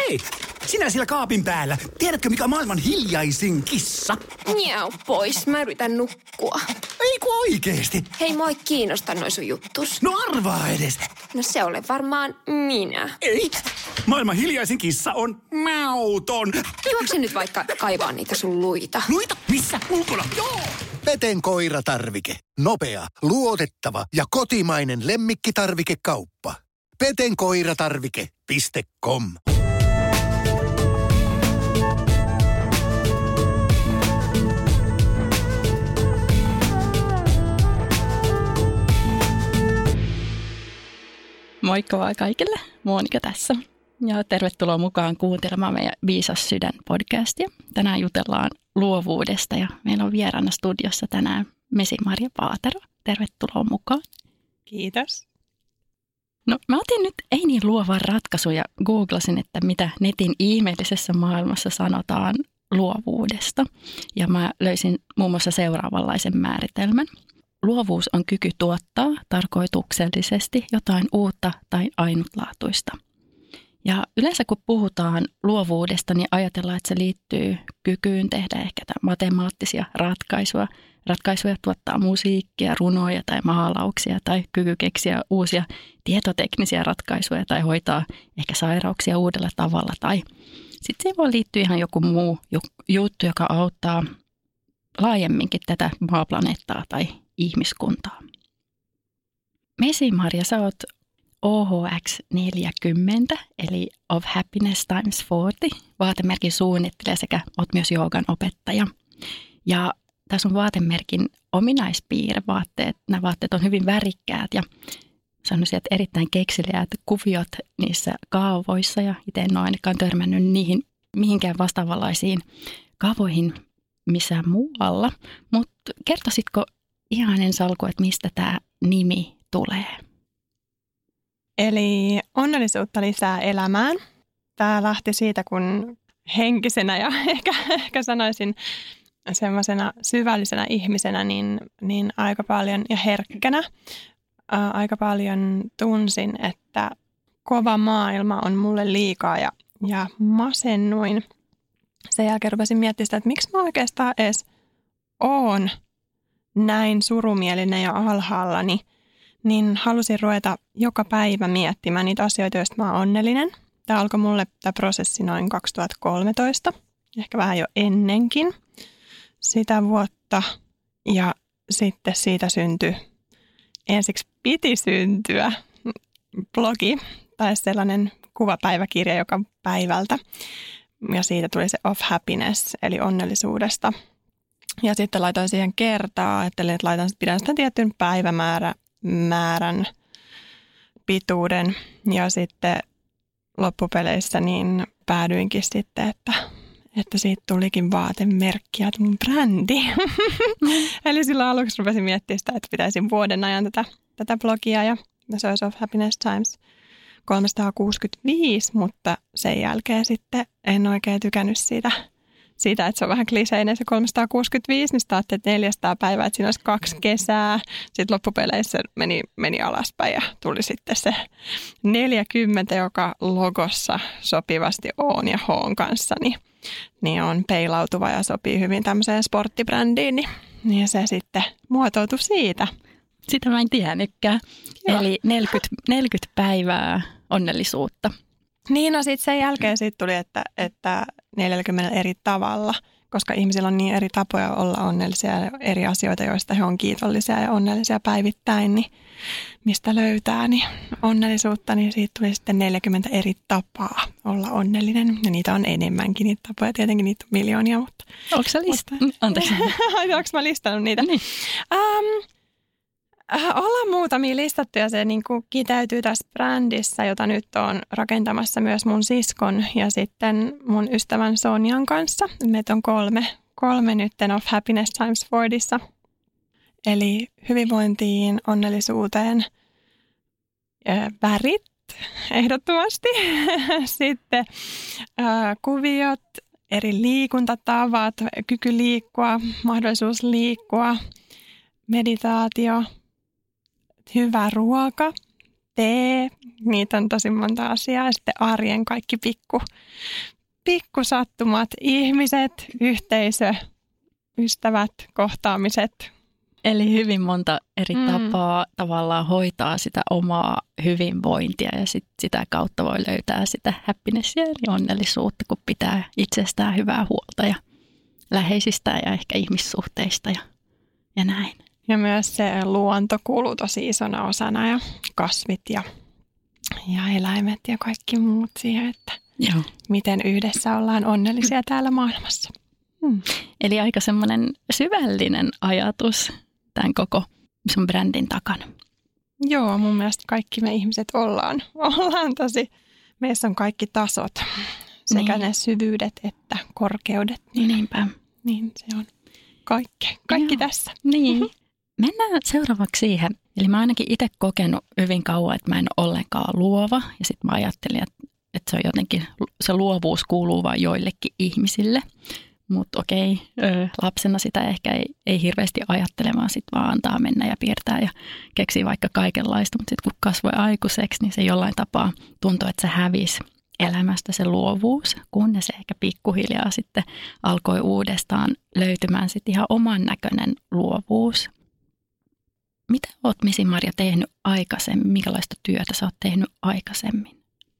Hei, sinä siellä kaapin päällä. Tiedätkö, mikä on maailman hiljaisin kissa? Miau pois, mä yritän nukkua. Ei kun oikeesti. Hei, moi kiinnosta noi sun juttus. No arvaa edes. No se ole varmaan minä. Ei. Maailman hiljaisin kissa on mauton. Juokse nyt vaikka kaivaa niitä sun luita. Luita? Missä? Ulkona? Joo. Peten koiratarvike. Nopea, luotettava ja kotimainen lemmikkitarvikekauppa. petenkoiratarvike.com. Moikka vaan kaikille, Monika tässä ja tervetuloa mukaan kuuntelemaan meidän Viisas sydän -podcastia. Tänään jutellaan luovuudesta ja meillä on vieraana studiossa tänään Mesi-Marja Paatero. Tervetuloa mukaan. Kiitos. No mä otin nyt ei niin luovan ratkaisun ja googlasin, että mitä netin ihmeellisessä maailmassa sanotaan luovuudesta. Ja mä löysin muun muassa seuraavanlaisen määritelmän. Luovuus on kyky tuottaa tarkoituksellisesti jotain uutta tai ainutlaatuista. Ja yleensä kun puhutaan luovuudesta, niin ajatellaan, että se liittyy kykyyn tehdä ehkä matemaattisia ratkaisuja tuottaa musiikkia, runoja tai maalauksia tai kyky keksiä uusia tietoteknisiä ratkaisuja tai hoitaa ehkä sairauksia uudella tavalla. Tai sitten siihen voi liittyä ihan joku muu juttu, joka auttaa laajemminkin tätä maaplaneettaa tai ihmiskuntaa. Mesi-Marja, sä oot OHX 40, eli Of Happiness Times 40, vaatemerkin suunnittelija sekä oot myös joogan opettaja. Ja tässä on vaatemerkin ominaispiirre, nämä vaatteet on hyvin värikkäät ja sanoisin, että erittäin kekseliäät kuviot niissä kaavoissa ja itse en ole ainakaan törmännyt niihin mihinkään vastaavanlaisiin kaavoihin missään muualla, mutta kertoisitko ihan ensi alkuun, että mistä tämä nimi tulee? Eli onnellisuutta lisää elämään. Tämä lähti siitä, kun henkisenä ja ehkä sanoisin semmoisena syvällisenä ihmisenä, niin aika paljon ja herkkänä aika paljon tunsin, että kova maailma on mulle liikaa ja masennuin. Sen jälkeen rupesin miettimään sitä, että miksi mä oikeastaan edes oon näin surumielinen ja alhaalla, niin halusin ruveta joka päivä miettimään niitä asioita, joista mä oon onnellinen. Tämä alkoi mulle tämä prosessi noin 2013, ehkä vähän jo ennenkin sitä vuotta. Ja sitten siitä ensiksi piti syntyä blogi tai sellainen kuvapäiväkirja joka päivältä. Ja siitä tuli se Of Happiness, eli onnellisuudesta. Ja sitten laitoin siihen kertaa, ajattelin, että pidän sitä tietyn päivämäärän pituuden. Ja sitten loppupeleissä niin päädyinkin sitten, että siitä tulikin vaatemerkki ja mun brändi. Eli silloin aluksi rupesin miettimään sitä, että pitäisin vuoden ajan tätä blogia ja se olisi Of Happiness Times 365, mutta sen jälkeen sitten en oikein tykännyt siitä, että se on vähän kliseinen se 365, niin sitten ajattelin, että 400 päivää, että siinä olisi 2 kesää. Sitten loppupeleissä meni alaspäin ja tuli sitten se 40, joka logossa sopivasti Oon ja Hoon kanssa, niin on peilautuva ja sopii hyvin tämmöiseen sporttibrändiin, niin se sitten muotoutui siitä. Sitä mä en tiennytkään. Joo. Eli 40 päivää onnellisuutta. Niin, no sitten sen jälkeen tuli, että 40 eri tavalla, koska ihmisillä on niin eri tapoja olla onnellisia ja eri asioita, joista he on kiitollisia ja onnellisia päivittäin, niin mistä löytää niin onnellisuutta, niin siitä tuli sitten 40 eri tapaa olla onnellinen. Ja niitä on enemmänkin niitä tapoja, tietenkin niitä on miljoonia, mutta... Onko sä listannut? Anteeksi. Onko mä listannut niitä? Niin. Ollaan muutamia listattuja. Se niin kuin kiteytyy tässä brändissä, jota nyt on rakentamassa myös mun siskon ja sitten mun ystävän Sonjan kanssa. Meitä on kolme nyt Of Happiness Times 40. Eli hyvinvointiin, onnellisuuteen, värit ehdottomasti. Sitten kuviot, eri liikuntatavat, kyky liikkua, mahdollisuus liikkua, meditaatio, hyvä ruoka, tee. Niitä on tosi monta asiaa. Ja sitten arjen kaikki pikkusattumat, ihmiset, yhteisö, ystävät, kohtaamiset. Eli hyvin monta eri tapaa tavallaan hoitaa sitä omaa hyvinvointia ja sitä kautta voi löytää sitä happinessia eli onnellisuutta, kun pitää itsestään hyvää huolta ja läheisistä ja ehkä ihmissuhteista ja näin. Ja myös se luonto kuuluu tosi isona osana ja kasvit ja eläimet ja kaikki muut siihen, että miten yhdessä ollaan onnellisia täällä maailmassa. Eli aika semmoinen syvällinen ajatus tämän koko sun brändin takana. Joo, mun mielestä kaikki me ihmiset ollaan tosi, meissä on kaikki tasot, sekä ne syvyydet että korkeudet. Niinpä. Niin se on kaikki tässä. Niin. Mennään seuraavaksi siihen. Eli mä ainakin itse kokenut hyvin kauan, että mä en ole ollenkaan luova. Ja sitten mä ajattelin, että se on jotenkin, se luovuus kuuluu vain joillekin ihmisille. Mutta okei, lapsena sitä ehkä ei hirveästi ajattelemaan, sitten vaan antaa mennä ja piirtää ja keksii vaikka kaikenlaista. Mutta sitten kun kasvoi aikuiseksi, niin se jollain tapaa tuntui, että se hävisi elämästä se luovuus, kunnes se ehkä pikkuhiljaa sitten alkoi uudestaan löytymään sitten ihan oman näköinen luovuus. Mitä oot Misi-Marja tehnyt aikaisemmin? Minkälaista työtä sä oot tehnyt aikaisemmin?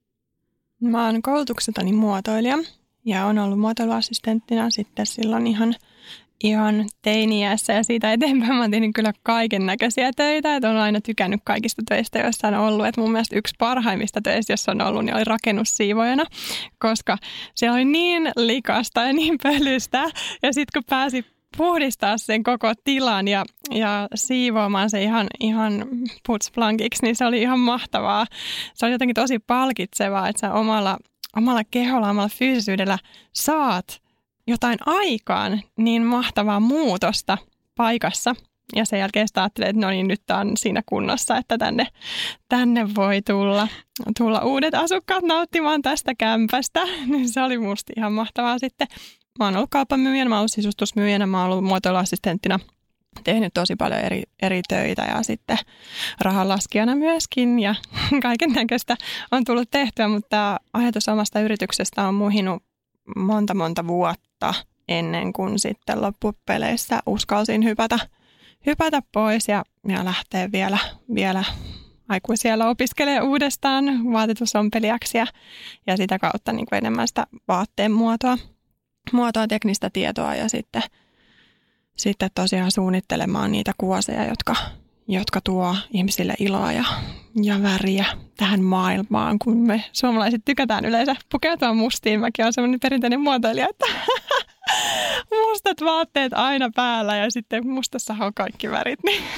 Mä oon koulutukseltani muotoilija ja on ollut muotoiluassistenttina sitten silloin ihan teini-iässä ja siitä eteenpäin mä oon tehnyt kyllä kaiken näköisiä töitä. Et olen aina tykännyt kaikista töistä, joissa on ollut. Et mun mielestä yksi parhaimmista töistä, jossa on ollut, niin oli rakennussiivojana, koska se oli niin likasta ja niin pölystä. Ja sitten kun pääsi puhdistaa sen koko tilan ja siivoamaan se ihan putsplankiksi, niin se oli ihan mahtavaa. Se oli jotenkin tosi palkitsevaa, että sä omalla keholla, omalla fyysisyydellä saat jotain aikaan niin mahtavaa muutosta paikassa. Ja sen jälkeen sitä ajattelee, että no niin, nyt tämä on siinä kunnossa, että tänne voi tulla uudet asukkaat nauttimaan tästä kämpästä. Niin se oli musta ihan mahtavaa sitten. Mä oon ollut kauppamyyjänä, mä oon ollut sisustusmyyjänä, mä oon ollut muotoiluassistenttina, tehnyt tosi paljon eri töitä ja sitten rahanlaskijana myöskin ja kaiken näköistä on tullut tehtyä, mutta ajatus omasta yrityksestä on muhinut monta vuotta ennen kuin sitten loppupeleissä uskalsin hypätä pois ja lähteä vielä aikuisiellä opiskelee uudestaan vaatetusompelijaksi ja sitä kautta niin kuin enemmän sitä vaatteen muotoa, teknistä tietoa ja sitten tosiaan suunnittelemaan niitä kuoseja, jotka tuo ihmisille iloa ja väriä tähän maailmaan, kun me suomalaiset tykätään yleensä pukeutua mustiin. Mäkin olen semmoinen perinteinen muotoilija, että mustat vaatteet aina päällä ja sitten mustassa on kaikki värit.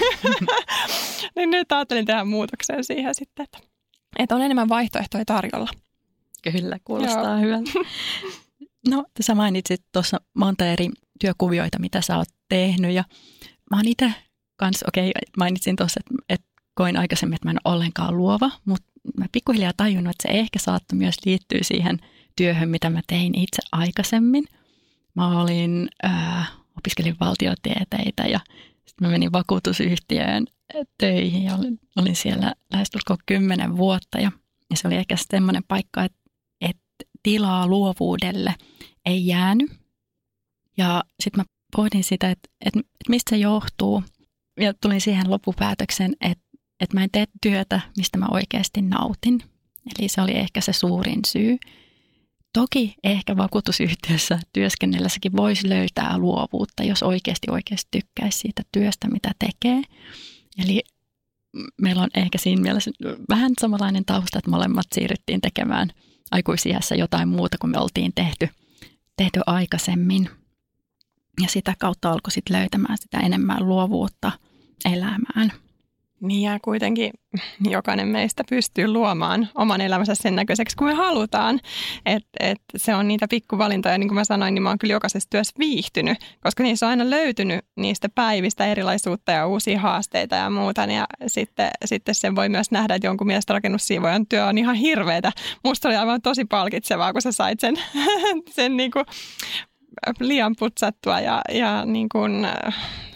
Niin nyt ajattelin tehdä muutoksen siihen sitten, että on enemmän vaihtoehtoja tarjolla. Kyllä, kuulostaa hyvältä. No, sä mainitsit tuossa monta eri työkuvioita, mitä sä oot tehnyt ja mä oon itse kanssa, mainitsin tuossa, että koin aikaisemmin, että mä en ole ollenkaan luova, mutta mä pikkuhiljaa tajunnut, että se ehkä saattoi myös liittyä siihen työhön, mitä mä tein itse aikaisemmin. Mä opiskelin valtiotieteitä ja sitten mä menin vakuutusyhtiöön töihin ja olin siellä lähestulkoon 10 vuotta ja se oli ehkä semmoinen paikka, että tilaa luovuudelle ei jäänyt. Ja sitten mä pohdin sitä, että mistä se johtuu. Ja tulin siihen loppupäätöksen, että mä en tee työtä, mistä mä oikeasti nautin. Eli se oli ehkä se suurin syy. Toki ehkä vakuutusyhtiössä työskennellessäkin voisi löytää luovuutta, jos oikeasti tykkäisi siitä työstä, mitä tekee. Eli meillä on ehkä siinä mielessä vähän samanlainen tausta, että molemmat siirryttiin tekemään aikuisiässä jotain muuta kuin me oltiin tehty aikaisemmin. Ja sitä kautta alkoi sitten löytämään sitä enemmän luovuutta elämään. Niin ja kuitenkin jokainen meistä pystyy luomaan oman elämänsä sen näköiseksi kuin me halutaan. Et se on niitä pikkuvalintoja, niin kuin mä sanoin, niin mä oon kyllä jokaisessa työssä viihtynyt, koska niissä on aina löytynyt niistä päivistä erilaisuutta ja uusia haasteita ja muuta. Ja sitten sen voi myös nähdä, että jonkun mielestä rakennussiivojan työ on ihan hirveätä. Musta oli aivan tosi palkitsevaa, kun sä sait sen niin kuin liian putsattua ja niin kuin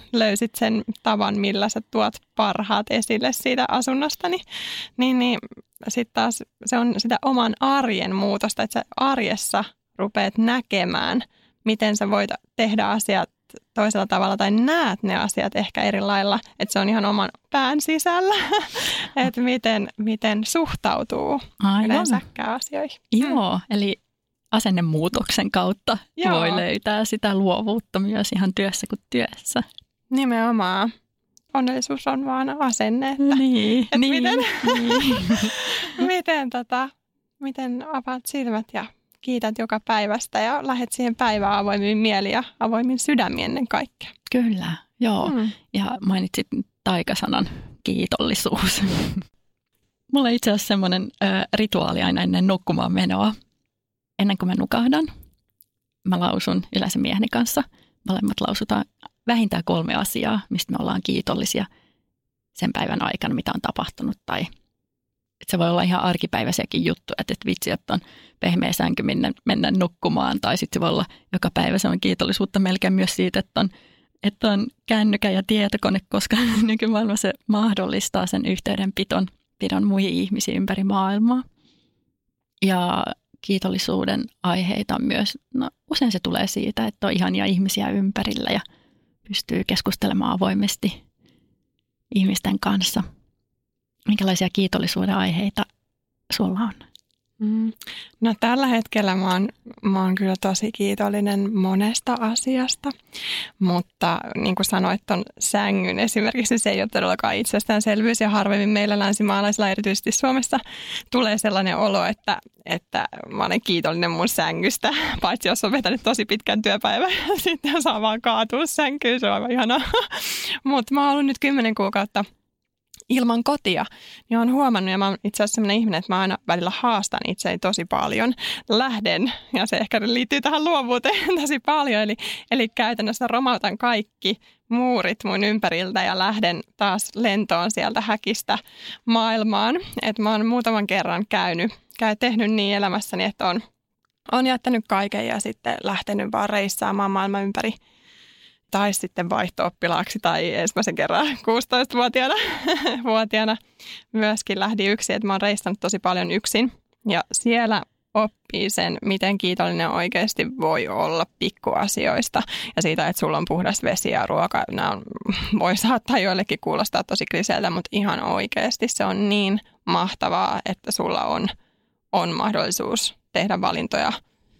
löysit sen tavan, millä sä tuot parhaat esille siitä asunnostani, niin sitten taas se on sitä oman arjen muutosta, että sä arjessa rupeat näkemään, miten sä voit tehdä asiat toisella tavalla tai näet ne asiat ehkä eri lailla, että se on ihan oman pään sisällä, että miten suhtautuu yleensäkään asioihin. Joo, eli asennemuutoksen kautta voi löytää sitä luovuutta myös ihan työssä kuin työssä. Nimenomaan. Onnellisuus on vaan asenne, että, miten avaat silmät ja kiität joka päivästä ja lähdet siihen päivään avoimin mieli ja avoimin sydämin ennen kaikkea. Kyllä, joo. Ja mainitsit taikasanan kiitollisuus. Mulla on itse asiassa semmoinen rituaali aina ennen nukkumaan menoa. Ennen kuin mä nukahdan, mä lausun yleensä mieheni kanssa. Molemmat lausutaan vähintään 3 asiaa, mistä me ollaan kiitollisia sen päivän aikana, mitä on tapahtunut. Tai että se voi olla ihan arkipäiväisiäkin juttuja, että vitsi, että on pehmeä sänky mennä nukkumaan. Tai sitten se voi olla joka päivä se on kiitollisuutta melkein myös siitä, että on kännykkä ja tietokone, koska nykymaailma se mahdollistaa sen yhteydenpidon muihin ihmisiin ympäri maailmaa. Ja kiitollisuuden aiheita on myös, usein se tulee siitä, että on ihania ihmisiä ympärillä ja pystyy keskustelemaan avoimesti ihmisten kanssa. Minkälaisia kiitollisuuden aiheita sulla on? No tällä hetkellä mä oon kyllä tosi kiitollinen monesta asiasta, mutta niin kuin sanoit, ton sängyn esimerkiksi se ei ole todellakaan itsestäänselvyys ja harvemmin meillä länsimaalaisilla, erityisesti Suomessa, tulee sellainen olo, että mä olen kiitollinen mun sängystä, paitsi jos on vetänyt tosi pitkän työpäivän ja sitten saa vaan kaatua sänkyyn, se on aivan ihanaa. Mutta mä oon ollut nyt 10 kuukautta ilman kotia, niin olen huomannut, ja mä oon itse asiassa sellainen ihminen, että mä aina välillä haastan itseäni tosi paljon. Lähden, ja se ehkä liittyy tähän luovuuteen tosi paljon, eli käytännössä romautan kaikki muurit mun ympäriltä ja lähden taas lentoon sieltä häkistä maailmaan. Että mä oon muutaman kerran tehnyt niin elämässäni, että on jättänyt kaiken ja sitten lähtenyt vaan reissaamaan maailman ympäri. Tai sitten vaihto-oppilaaksi tai ensimmäisen kerran 16-vuotiaana myöskin lähdin yksin. Että mä oon reissannut tosi paljon yksin ja siellä oppii sen, miten kiitollinen oikeasti voi olla pikkuasioista. Ja siitä, että sulla on puhdas vesi ja ruoka, voi saattaa joillekin kuulostaa tosi kliseeltä, mutta ihan oikeasti se on niin mahtavaa, että sulla on mahdollisuus tehdä valintoja.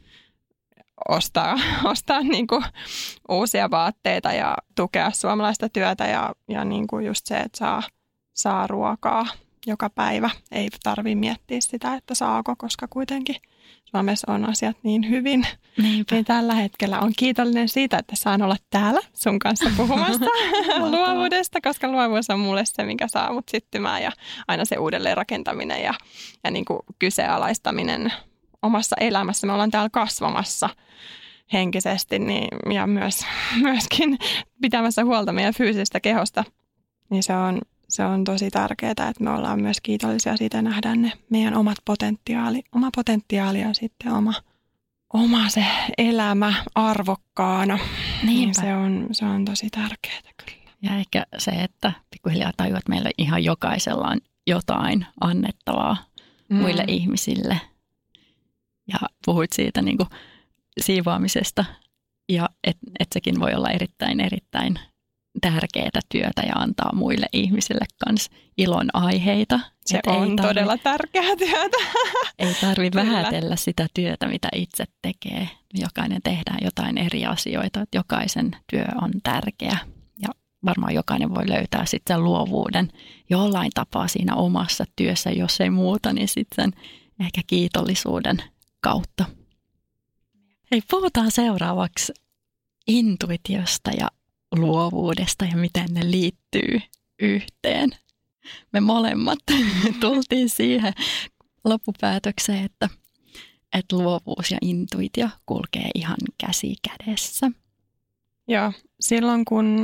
Ostaa niin kuin uusia vaatteita ja tukea suomalaista työtä ja niin kuin just se, että saa ruokaa joka päivä. Ei tarvitse miettiä sitä, että saako, koska kuitenkin Suomessa on asiat niin hyvin. Niin tällä hetkellä on kiitollinen siitä, että saan olla täällä sun kanssa puhumassa luovuudesta, koska luovuus on mulle se, mikä saa mut syttymään ja aina se uudelleen rakentaminen ja niin kuin kyseenalaistaminen omassa elämässä. Me ollaan täällä kasvamassa henkisesti ja myöskin pitämässä huolta meidän fyysisestä kehosta. Niin se on tosi tärkeää, että me ollaan myös kiitollisia siitä ja nähdään ne meidän oma potentiaali ja sitten oma se elämä arvokkaana. Niin se on tosi tärkeää kyllä. Ja ehkä se, että pikkuhiljaa tajuu, että meillä ihan jokaisella on jotain annettavaa muille ihmisille. Ja puhuit siitä niin kuin siivoamisesta ja että sekin voi olla erittäin tärkeää työtä ja antaa muille ihmisille kanssa ilon aiheita. Se on todella tärkeää työtä. Ei tarvitse vähätellä sitä työtä, mitä itse tekee. Jokainen tehdään jotain eri asioita. Jokaisen työ on tärkeä ja varmaan jokainen voi löytää sitten sen luovuuden jollain tapaa siinä omassa työssä. Jos ei muuta, niin sitten sen ehkä kiitollisuuden kautta. Hei, puhutaan seuraavaksi intuitiosta ja luovuudesta ja miten ne liittyy yhteen. Me molemmat tultiin siihen loppupäätökseen, että luovuus ja intuitio kulkee ihan käsi kädessä. Joo, silloin kun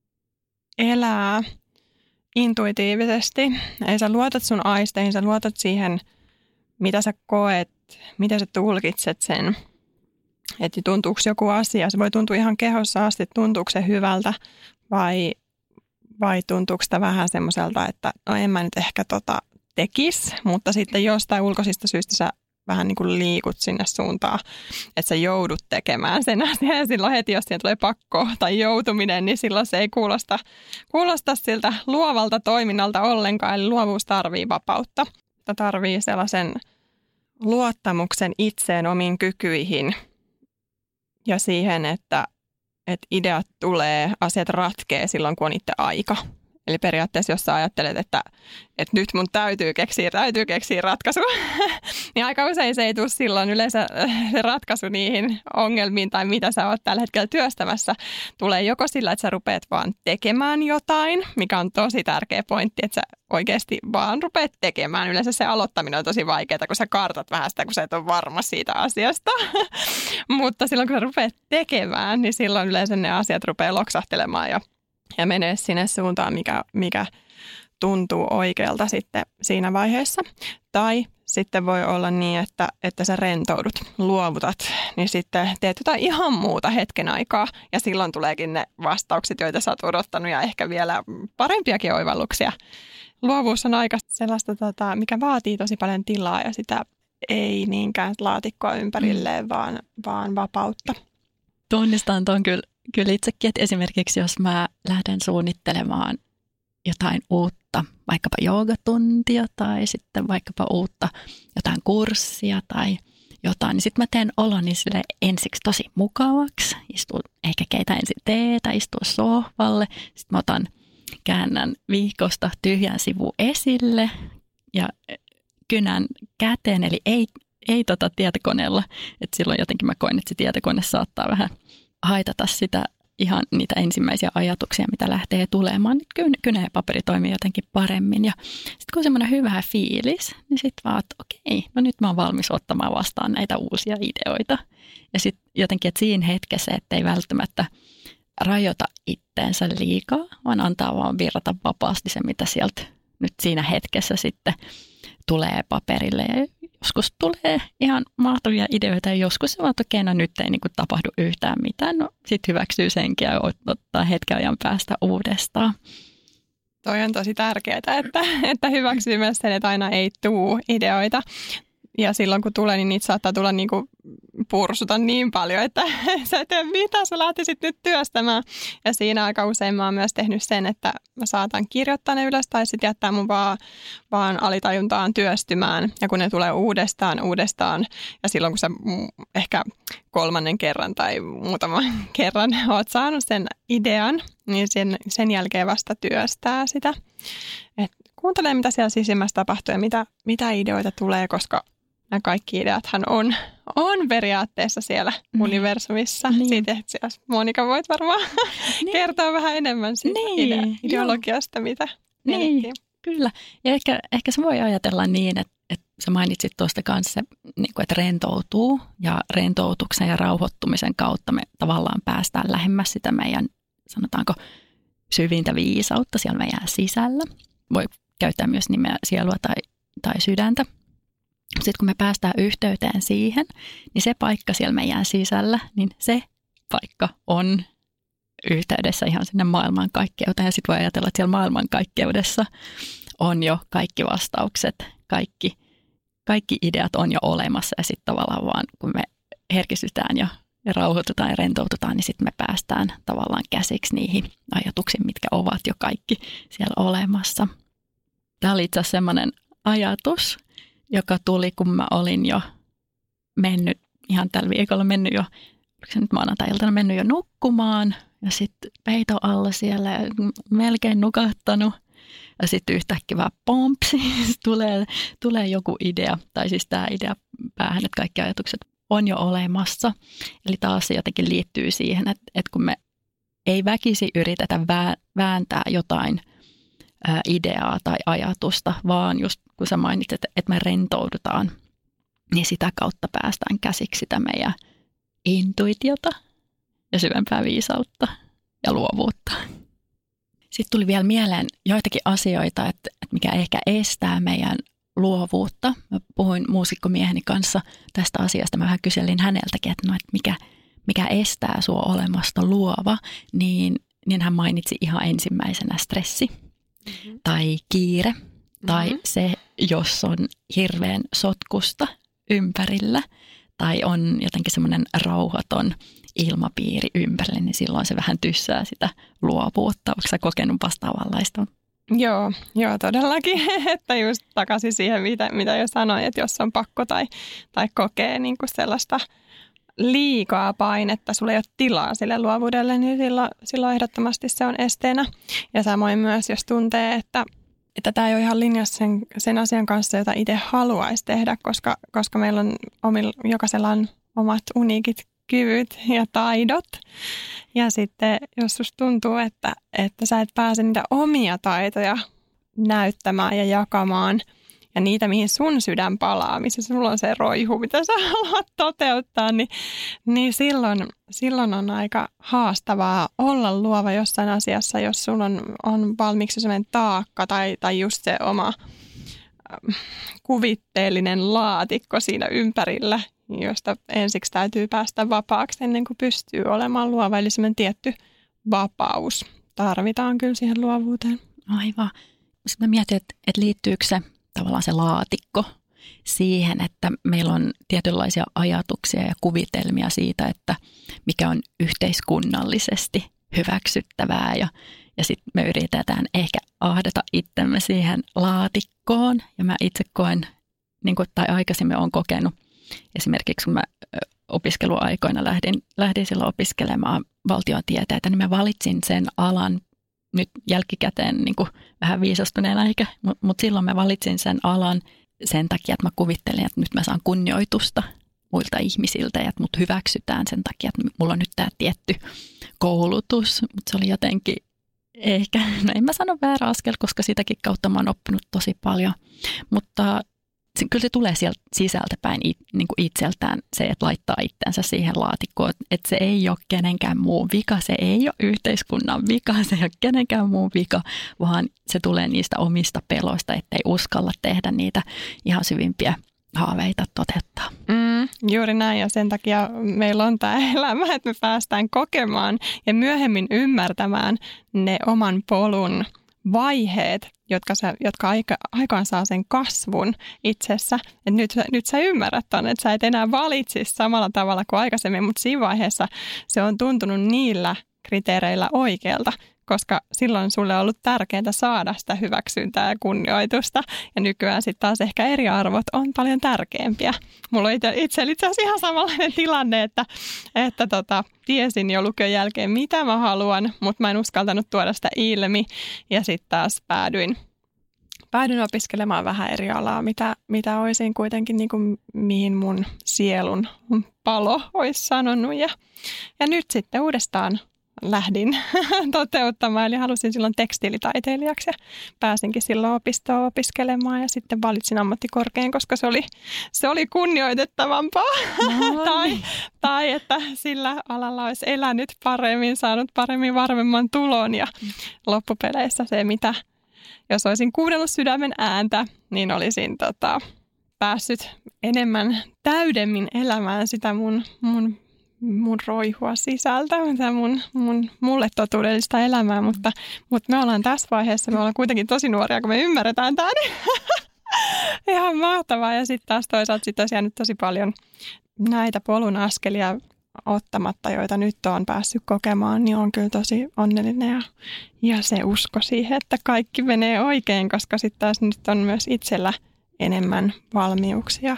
elää intuitiivisesti, ei sä luotat sun aisteihin, sä luotat siihen, mitä sä koet, miten sä tulkitset sen että tuntuuko joku asia, se voi tuntua ihan kehossa asti, tuntuuko se hyvältä vai tuntuuko sitä vähän semmoiselta, että no en mä nyt ehkä tekisi, mutta sitten jostain ulkoisista syistä sä vähän niin kuin liikut sinne suuntaan, että sä joudut tekemään sen asian ja silloin heti, jos siihen tulee pakko tai joutuminen, niin silloin se ei kuulosta siltä luovalta toiminnalta ollenkaan, eli luovuus tarvii vapautta. Tarvii sellaisen luottamuksen itseen, omiin kykyihin ja siihen, että ideat tulee, asiat ratkee silloin, kun on itse aika. Eli periaatteessa, jos sä ajattelet, että nyt mun täytyy keksiä ratkaisu, niin aika usein se ei tule silloin yleensä se ratkaisu niihin ongelmiin tai mitä sä oot tällä hetkellä työstämässä. Tulee joko sillä, että sä rupeat vaan tekemään jotain, mikä on tosi tärkeä pointti, että sä oikeasti vaan rupeat tekemään. Yleensä se aloittaminen on tosi vaikeaa, kun sä kartat vähän sitä, kun sä et ole varma siitä asiasta. Mutta silloin, kun sä rupeat tekemään, niin silloin yleensä ne asiat rupeaa loksahtelemaan ja menee sinne suuntaan, mikä tuntuu oikealta sitten siinä vaiheessa. Tai sitten voi olla niin, että sä rentoudut, luovutat, niin sitten teet jotain ihan muuta hetken aikaa. Ja silloin tuleekin ne vastaukset, joita sä oot odottanut ja ehkä vielä parempiakin oivalluksia. Luovuus on aika sellaista, mikä vaatii tosi paljon tilaa ja sitä ei niinkään laatikkoa ympärilleen, vaan vapautta. Tunnistan tuon kyllä itsekin, että esimerkiksi jos mä lähden suunnittelemaan jotain uutta, vaikkapa joogatuntia tai sitten vaikkapa uutta jotain kurssia tai jotain, niin sitten mä teen oloni sille ensiksi tosi mukavaksi. Istun, ehkä keitä ensin teetä, istuu sohvalle, sitten mä käännän vihkosta tyhjän sivun esille ja kynän käteen, eli ei tietokoneella, että silloin jotenkin mä koen, että se tietokone saattaa vähän haitata sitä ihan niitä ensimmäisiä ajatuksia, mitä lähtee tulemaan. Kynä ja paperi toimii jotenkin paremmin. Ja sitten kun on semmoinen hyvä fiilis, niin sitten vaan, että okei, no nyt mä oon valmis ottamaan vastaan näitä uusia ideoita. Ja sitten jotenkin, että siinä hetkessä, ettei välttämättä rajoita itteensä liikaa, vaan antaa vaan virrata vapaasti se, mitä sieltä nyt siinä hetkessä sitten tulee paperille. Ja joskus tulee ihan mahtavia ideoita ja joskus se vaan, että okei, no nyt ei niin kuin tapahdu yhtään mitään. No sitten hyväksyy senkin ja ottaa hetken ajan päästä uudestaan. Toi on tosi tärkeää, että hyväksyy myös sen, että aina ei tule ideoita. Ja silloin kun tulee, niin niitä saattaa tulla niin kuin pursuta niin paljon, että sä et tiedä mitä sä lähtisit nyt työstämään. Ja siinä aika usein mä oon myös tehnyt sen, että mä saatan kirjoittaa ne ylös tai sitten jättää mun vaan alitajuntaan työstymään. Ja kun ne tulee uudestaan ja silloin kun sä ehkä 3. kerran tai muutaman kerran oot saanut sen idean, niin sen jälkeen vasta työstää sitä. Et kuuntelee mitä siellä sisimmässä tapahtuu ja mitä ideoita tulee, koska nämä kaikki ideathan on periaatteessa siellä universumissa. Niin. Siitä Monika voit varmaan kertoa vähän enemmän siitä ideologiasta, mitä mietittiin. Kyllä. Ja ehkä se voi ajatella niin, että sä mainitsit tuosta kanssa, että rentoutuu ja rentoutuksen ja rauhoittumisen kautta me tavallaan päästään lähemmäs sitä meidän, sanotaanko, syvintä viisautta siellä meidän sisällä. Voi käyttää myös nimeä sielua tai sydäntä. Sitten kun me päästään yhteyteen siihen, niin se paikka siellä meidän sisällä, niin se paikka on yhteydessä ihan sinne maailmankaikkeuteen. Ja sitten voi ajatella, että siellä maailmankaikkeudessa on jo kaikki vastaukset, kaikki ideat on jo olemassa. Ja sitten tavallaan vaan kun me herkistytään ja rauhoitutaan ja rentoututaan, niin sitten me päästään tavallaan käsiksi niihin ajatuksiin, mitkä ovat jo kaikki siellä olemassa. Tämä oli itse asiassa semmoinen ajatus, joka tuli, kun mä olin jo mennyt, ihan tällä viikolla mennyt jo, oliko se nyt maanantai-iltana mennyt jo nukkumaan ja sitten peito alla siellä ja melkein nukahtanut ja sitten yhtäkkiä vaan pompsi, tulee joku idea, tai siis tämä idea päähän, että kaikki ajatukset on jo olemassa. Eli taas se jotenkin liittyy siihen, että kun me ei väkisi yritetä vääntää jotain ideaa tai ajatusta, vaan just kun sä mainitsit, että me rentoudutaan, niin sitä kautta päästään käsiksi sitä meidän intuitiota ja syvempää viisautta ja luovuutta. Sitten tuli vielä mieleen joitakin asioita, että mikä ehkä estää meidän luovuutta. Mä puhuin muusikkomieheni kanssa tästä asiasta. Mä vähän kyselin häneltäkin, että mikä estää sua olemasta luova, niin hän mainitsi ihan ensimmäisenä stressi tai kiire tai se, jos on hirveän sotkusta ympärillä tai on jotenkin semmoinen rauhaton ilmapiiri ympärillä, niin silloin se vähän tyssää sitä luovuutta. Onko sä kokenut vastaavanlaista? Joo, todellakin. Että just takaisin siihen, mitä jo sanoin, että jos on pakko tai kokee niin kuin sellaista liikaa painetta, sulla ei ole tilaa sille luovuudelle, niin silloin ehdottomasti se on esteenä. Ja samoin myös, jos tuntee, että tämä ei ole ihan linjassa sen asian kanssa, jota itse haluaisi tehdä, koska meillä on jokaisella on omat uniikit kyvyt ja taidot. Ja sitten jos susta tuntuu, että sä et pääse niitä omia taitoja näyttämään ja jakamaan, ja niitä, mihin sun sydän palaa, missä sulla on se roihu, mitä sä haluat toteuttaa, niin silloin on aika haastavaa olla luova jossain asiassa, jos sulla on valmiiksi sellainen taakka tai just se oma kuvitteellinen laatikko siinä ympärillä, josta ensiksi täytyy päästä vapaaksi ennen kuin pystyy olemaan luova. Eli sellainen tietty vapaus tarvitaan kyllä siihen luovuuteen. Aivan. Sitten mä mietin, että liittyykö se tavallaan se laatikko siihen, että meillä on tietynlaisia ajatuksia ja kuvitelmia siitä, että mikä on yhteiskunnallisesti hyväksyttävää ja sitten me yritetään ehkä ahdata itsemme siihen laatikkoon. Ja mä itse koen, niin kuin, tai aikaisemmin olen kokenut, esimerkiksi kun mä opiskeluaikoina lähdin silloin opiskelemaan valtiotieteitä, niin mä valitsin sen alan nyt jälkikäteen niin kuin vähän viisastuneena ehkä, mutta silloin mä valitsin sen alan sen takia, että mä kuvittelin, että nyt mä saan kunnioitusta muilta ihmisiltä ja että mut hyväksytään sen takia, että mulla on nyt tämä tietty koulutus, mutta se oli jotenkin ehkä, no en mä sano väärä askel, koska sitäkin kautta mä oon oppinut tosi paljon, mutta kyllä se tulee sieltä sisältäpäin niin kuin itseltään se, että laittaa itsensä siihen laatikkoon, että se ei ole kenenkään muun vika, se ei ole yhteiskunnan vika, se ei ole kenenkään muun vika, vaan se tulee niistä omista peloista, ettei uskalla tehdä niitä ihan syvimpiä haaveita toteuttaa. Juuri näin, ja sen takia meillä on tämä elämä, että me päästään kokemaan ja myöhemmin ymmärtämään ne oman polun vaiheet, jotka aikaan saa sen kasvun itsessä. Et nyt sä ymmärrät ton, että sä et enää valitsisi samalla tavalla kuin aikaisemmin, mutta siinä vaiheessa se on tuntunut niillä kriteereillä oikealta, koska silloin sulle on ollut tärkeää saada sitä hyväksyntää ja kunnioitusta. Ja nykyään sitten taas ehkä eri arvot on paljon tärkeämpiä. Mulla on itse asiassa ihan samanlainen tilanne, että tiesin jo lukion jälkeen, mitä mä haluan, mutta mä en uskaltanut tuoda sitä ilmi. Ja sitten taas päädyin opiskelemaan vähän eri alaa, mitä olisin kuitenkin, niin kuin, mihin mun sielun palo olisi sanonut. Ja nyt sitten uudestaan lähdin toteuttamaan, eli halusin silloin tekstiilitaiteilijaksi ja pääsinkin silloin opistoon opiskelemaan ja sitten valitsin ammattikorkean, koska se oli kunnioitettavampaa tai että sillä alalla olisi elänyt paremmin, saanut paremmin varmemman tulon ja loppupeleissä se, mitä jos olisin kuunnellut sydämen ääntä, niin olisin päässyt enemmän täydemmin elämään sitä mun roihua sisältä, mulle totuudellista elämää, mutta me ollaan tässä vaiheessa, me ollaan kuitenkin tosi nuoria, kun me ymmärretään tämä, niin ihan mahtavaa. Ja sitten taas toisaalta sit olisi jäänyt tosi paljon näitä polun askelia ottamatta, joita nyt on päässyt kokemaan, niin on kyllä tosi onnellinen ja se usko siihen, että kaikki menee oikein, koska sitten taas nyt on myös itsellä enemmän valmiuksia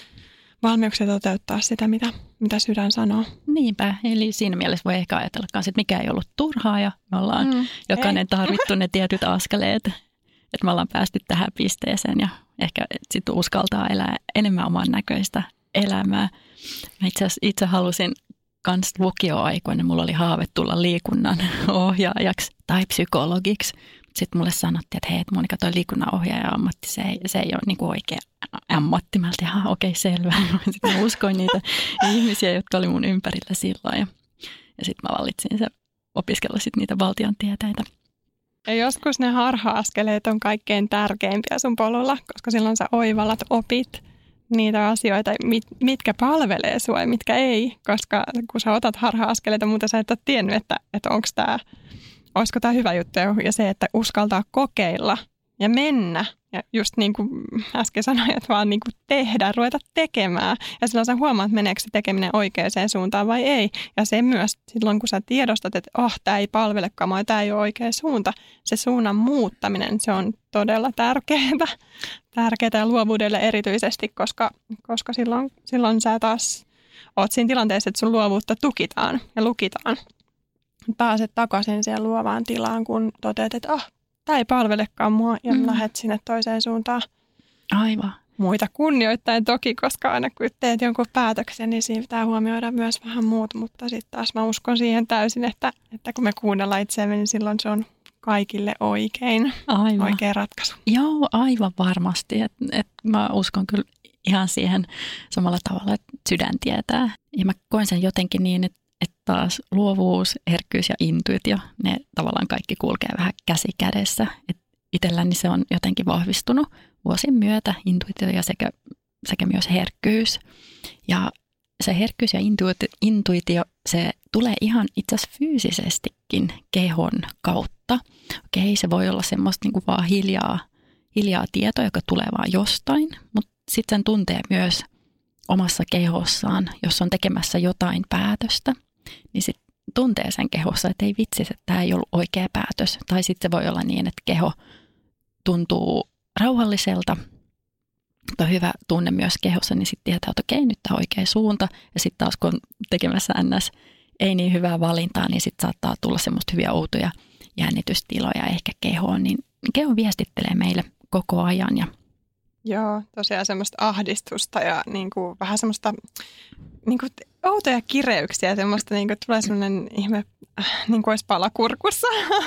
toteuttaa sitä, mitä sydän sanoo. Niinpä, eli siinä mielessä voi ehkä ajatella myös, että mikä ei ollut turhaa ja me ollaan jokainen tarvittu ne tietyt askeleet, että me ollaan päästy tähän pisteeseen ja ehkä sitten uskaltaa elää enemmän oman näköistä elämää. Mä itse halusin kans lukioaikoina, mulla oli haave tulla liikunnan ohjaajaksi tai psykologiksi. Sitten mulle sanottiin, että hei, Monika, toi liikunnan ohjaaja-ammatti, se ei ole niinku oikea ammatti. Mä olin, okei, selvä. Sitten mä uskoin niitä ihmisiä, jotka oli mun ympärillä silloin. Ja sitten mä valitsin opiskella sit niitä valtion tieteitä. Ja joskus ne harha-askeleet on kaikkein tärkeimpiä sun polulla, koska silloin sä oivallat, opit niitä asioita, mitkä palvelee sua ja mitkä ei. Koska kun sä otat harha-askeleita, muuten sä et ole tiennyt, että olisiko tämä hyvä juttu. Ja se, että uskaltaa kokeilla ja mennä. Ja just niin kuin äsken sanoin, että vaan niin kuin tehdä, ruveta tekemään. Ja silloin sä huomaat, meneekö se tekeminen oikeaan suuntaan vai ei. Ja se myös silloin, kun sä tiedostat, että tämä ei palvelekaan mua, tämä ei ole oikea suunta. Se suunnan muuttaminen, se on todella tärkeää ja luovuudelle erityisesti, koska silloin sä taas oot siinä tilanteessa, että sun luovuutta tukitaan ja lukitaan. Pääset takaisin siihen luovaan tilaan, kun toteat, että tämä ei palvelekaan mua ja lähdet sinne toiseen suuntaan. Aivan. Muita kunnioittain toki, koska aina kun teet jonkun päätöksen, niin siinä pitää huomioida myös vähän muut. Mutta sitten taas mä uskon siihen täysin, että kun me kuunnellaan itseämme, niin silloin se on kaikille oikein ratkaisu. Joo, aivan varmasti. Mä uskon kyllä ihan siihen samalla tavalla, että sydän tietää. Ja mä koen sen jotenkin niin, että taas luovuus, herkkyys ja intuitio, ne tavallaan kaikki kulkee vähän käsi kädessä. Itselläni se on jotenkin vahvistunut vuosien myötä, intuitio ja sekä myös herkkyys. Ja se herkkyys ja intuitio, se tulee ihan itse asiassa fyysisestikin kehon kautta. Okei, se voi olla semmoista niin kuin vaan hiljaa tietoa, joka tulee vaan jostain, mutta sitten sen tuntee myös omassa kehossaan, jos on tekemässä jotain päätöstä, niin sitten tuntee sen kehossa, että ei vitsi, että tämä ei ollut oikea päätös. Tai sitten se voi olla niin, että keho tuntuu rauhalliselta, mutta hyvä tunne myös kehossa, niin sitten tietää, että okei, nyt tämä on oikea suunta. Ja sitten taas kun on tekemässä NS ei niin hyvää valintaa, niin sitten saattaa tulla semmoista hyviä outoja jännitystiloja ehkä kehoon. Niin keho viestittelee meille koko ajan. Joo, tosiaan semmoista ahdistusta ja niinku vähän semmoista niinku outoja kireyksiä, semmoista niinku tulee semmoinen ihme, niin kuin olisi palakurkussa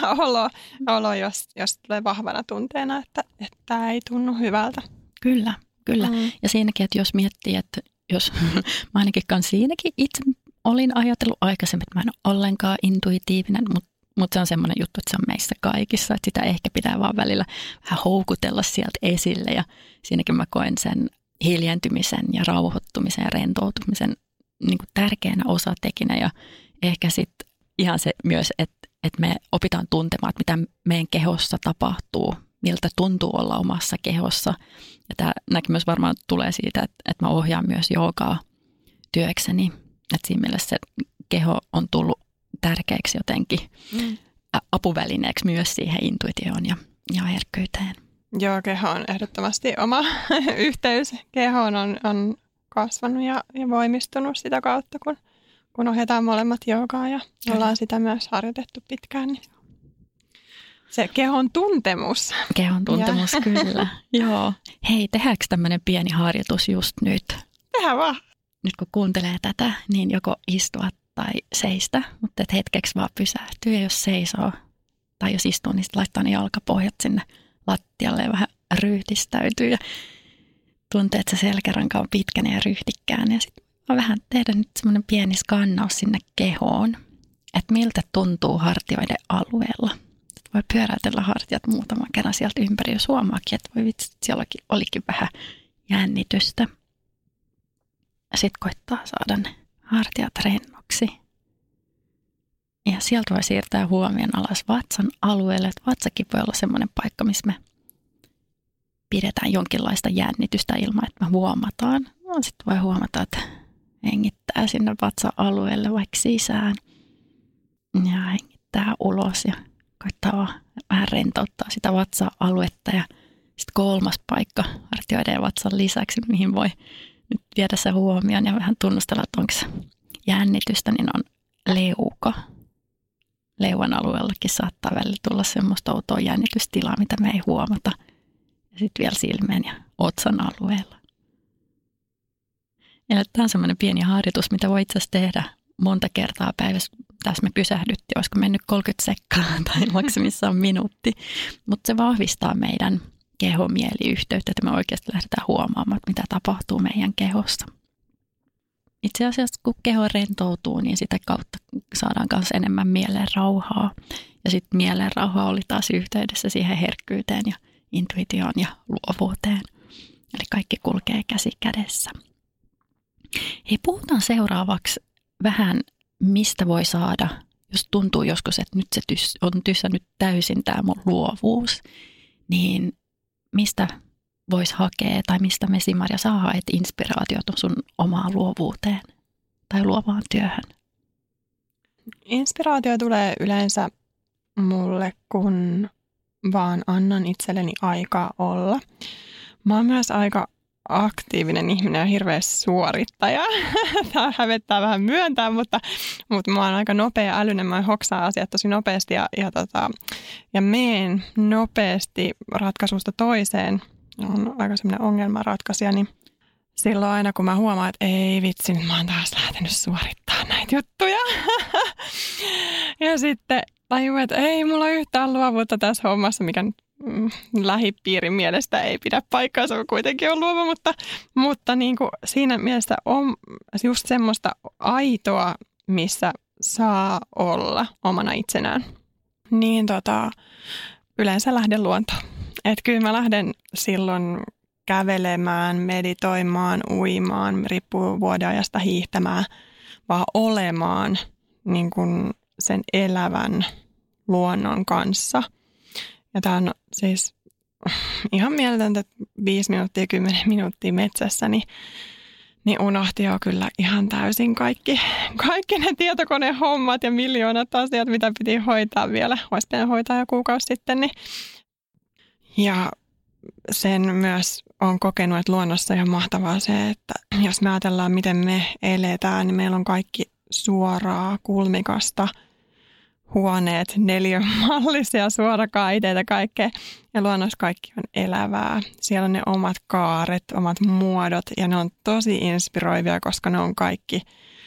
olo, jos tulee vahvana tunteena, että tämä ei tunnu hyvältä. Kyllä. Ja siinäkin, että jos miettii, että jos mä ainakin siinäkin itse olin ajatellut aikaisemmin, että mä en ole ollenkaan intuitiivinen, mutta se on semmoinen juttu, että se on meissä kaikissa, että sitä ehkä pitää vaan välillä vähän houkutella sieltä esille ja siinäkin mä koen sen hiljentymisen ja rauhoittumisen ja rentoutumisen niin kuin tärkeänä osatekijänä ja ehkä sitten ihan se myös, että me opitaan tuntemaan, että mitä meidän kehossa tapahtuu, miltä tuntuu olla omassa kehossa. Ja tämä näkemys varmaan tulee siitä, että mä ohjaan myös joogaa työkseni. Että siinä mielessä se keho on tullut tärkeäksi jotenkin apuvälineeksi myös siihen intuitioon ja herkkyyteen. Joo, keho on ehdottomasti oma yhteys. Kehoon on kasvanut ja voimistunut sitä kautta, kun ohjataan molemmat joogaa ja ollaan sitä myös harjoitettu pitkään. Niin se kehon tuntemus. Kehon tuntemus, kyllä. Joo. Hei, tehdäänkö tämmöinen pieni harjoitus just nyt? Tehdään vaan. Nyt kun kuuntelee tätä, niin joko istua tai seistä, mutta et hetkeksi vaan pysähtyy. Ja jos seisoo tai jos istuu, niin sitten laittaa ne jalkapohjat sinne lattialle ja vähän ryhdistäytyy. Ja tuntee, että se selkäranka on pitkänä ja ryhdikkään. Ja sitten vähän tehdä nyt semmoinen pieni skannaus sinne kehoon, että miltä tuntuu hartioiden alueella. Voi pyöräytellä hartiat muutaman kerran sieltä ympäri, jos huomaakin, että voi vitsi, sielläkin olikin vähän jännitystä. Sitten koittaa saada ne hartiat rennoksi. Ja sieltä voi siirtää huomion alas vatsan alueelle. Että vatsakin voi olla semmoinen paikka, missä me pidetään jonkinlaista jännitystä ilman, että me huomataan. No, sitten voi huomata, että hengittää sinne vatsa-alueelle vaikka sisään. Ja hengittää ulos ja koittaa vähän rentouttaa sitä vatsa-aluetta. Ja sitten kolmas paikka hartioiden ja vatsan lisäksi, mihin voi nyt viedä se huomioon ja vähän tunnustella, että onko se jännitystä, niin on leuka. Leuan alueellakin saattaa välillä tulla semmoista outoa jännitystilaa, mitä me ei huomata. Ja sitten vielä silmien ja otsan alueella. Eli tämä on semmoinen pieni harjoitus, mitä voi itse asiassa tehdä monta kertaa päivässä. Tässä me pysähdyttiin, olisiko mennyt 30 sekkaa tai maksimissaan minuutti. Mutta se vahvistaa meidän keho-mieli-yhteyttä, että me oikeasti lähdetään huomaamaan, mitä tapahtuu meidän kehossa. Itse asiassa kun keho rentoutuu, niin sitä kautta saadaan myös enemmän mielen rauhaa. Ja sitten mielenrauha oli taas yhteydessä siihen herkkyyteen ja intuitioon ja luovuuteen. Eli kaikki kulkee käsi kädessä. Hei, puhutaan seuraavaksi vähän, mistä voi saada, jos tuntuu joskus, että nyt se on tyssännyt täysin tämä mun luovuus, niin mistä voisi hakea tai mistä Mesi-Maria saa haet inspiraatiota sun omaan luovuuteen tai luovaan työhön? Inspiraatio tulee yleensä mulle, kun vaan annan itselleni aikaa olla. Mä oon myös aika aktiivinen ihminen ja hirveä suorittaja. Tämä hävettää vähän myöntää, mutta mä oon aika nopea älyinen. Mä hoksaan asiat tosi nopeasti ja meen nopeasti ratkaisusta toiseen. On aika semmoinen ongelmanratkaisija, niin silloin aina kun mä huomaan, että ei vitsi, nyt mä oon taas lähtenyt suorittamaan näitä juttuja. Ja sitten tajuin, että ei mulla yhtään luovuutta tässä hommassa, mikä lähipiirin mielestä ei pidä paikkaansa, kuitenkin on luova, mutta niin kuin siinä mielessä on just semmoista aitoa, missä saa olla omana itsenään. Niin yleensä lähden luontoon. Että kyllä mä lähden silloin kävelemään, meditoimaan, uimaan, riippuu vuodenajasta, hiihtämään, vaan olemaan niin kuin sen elävän luonnon kanssa. Ja tämä on siis ihan mieletöntä, että 5 minuuttia, 10 minuuttia metsässä, niin unohti jo kyllä ihan täysin kaikki ne tietokonehommat ja miljoonat asiat, mitä piti hoitaa vielä. Olisi pitänyt hoitaa jo kuukausi sitten. Niin. Ja sen myös on kokenut, että luonnossa ihan mahtavaa se, että jos me ajatellaan, miten me eletään, niin meillä on kaikki suoraa, kulmikasta, huoneet, neliömallisia, suorakaiteita, kaikkea. Ja luonnossa kaikki on elävää. Siellä on ne omat kaaret, omat muodot ja ne on tosi inspiroivia, koska ne on kaikki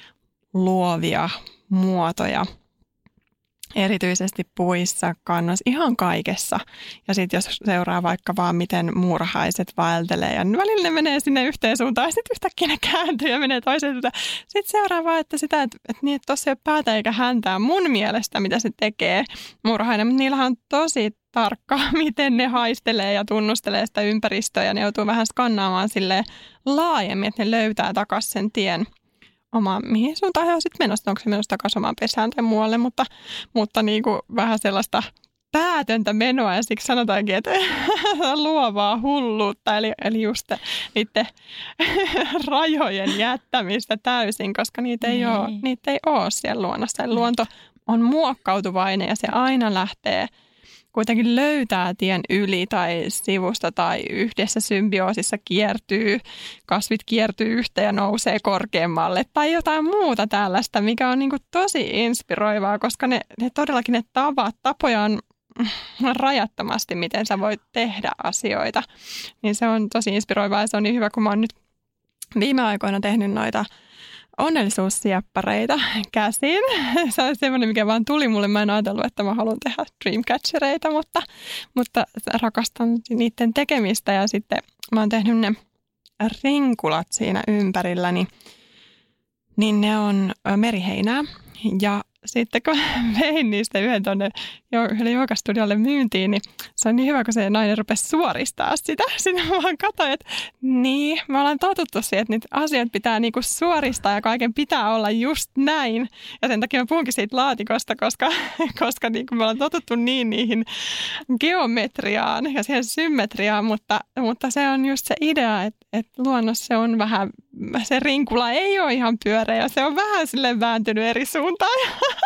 luovia muotoja. Erityisesti puissa, kannoissa, ihan kaikessa. Ja sitten jos seuraa vaikka vaan, miten muurahaiset vaeltelee ja välillä ne menee sinne yhteen suuntaan ja sitten yhtäkkiä ne kääntyy ja menee toiseen suuntaan. Sitten seuraa vaan, että tuossa ei ole päätä eikä häntää mun mielestä, mitä se tekee muurahainen. Mutta niillähän on tosi tarkka, miten ne haistelee ja tunnustelee sitä ympäristöä ja ne joutuu vähän skannaamaan silleen laajemmin, että ne löytää takaisin sen tien. Mihin suuntaan he on sitten menossa, onko se menossa takaisin omaan pesään tai muualle, mutta niin kuin vähän sellaista päätöntä menoa ja siksi sanotaankin, että luovaa hulluutta, eli just niiden rajojen jättämistä täysin, koska niitä ei ole siellä luonnossa. Eli luonto on muokkautuvainen ja se aina lähtee, kuitenkin löytää tien yli tai sivusta tai yhdessä symbioosissa kiertyy, kasvit kiertyy yhteen ja nousee korkeammalle tai jotain muuta tällaista, mikä on niin kuin tosi inspiroivaa, koska ne todellakin ne tapoja on rajattomasti, miten sä voit tehdä asioita. Niin se on tosi inspiroivaa ja se on niin hyvä, kun mä oon nyt viime aikoina tehnyt noita onnellisuussieppareita käsin. Se on semmoinen, mikä vaan tuli mulle. Mä en ajatellut, että mä haluan tehdä dreamcatchereita, mutta rakastan niiden tekemistä. Ja sitten mä oon tehnyt ne rinkulat siinä ympärilläni, niin ne on meriheinää. Ja sitten kun vein niistä yhden tuonne joogastudiolle myyntiin, niin se on niin hyvä, kun se nainen rupesi suoristaa sitä. Sitten mä vaan katsoin, että niin, me ollaan totuttu siihen, että niitä asioita pitää niinku suoristaa ja kaiken pitää olla just näin. Ja sen takia mä puhunkin siitä laatikosta, koska niinku me ollaan totuttu niihin geometriaan ja siihen symmetriaan, mutta se on just se idea, että luonnossa se on vähän, se rinkula ei ole ihan pyöreä ja se on vähän silleen vääntynyt eri suuntaan.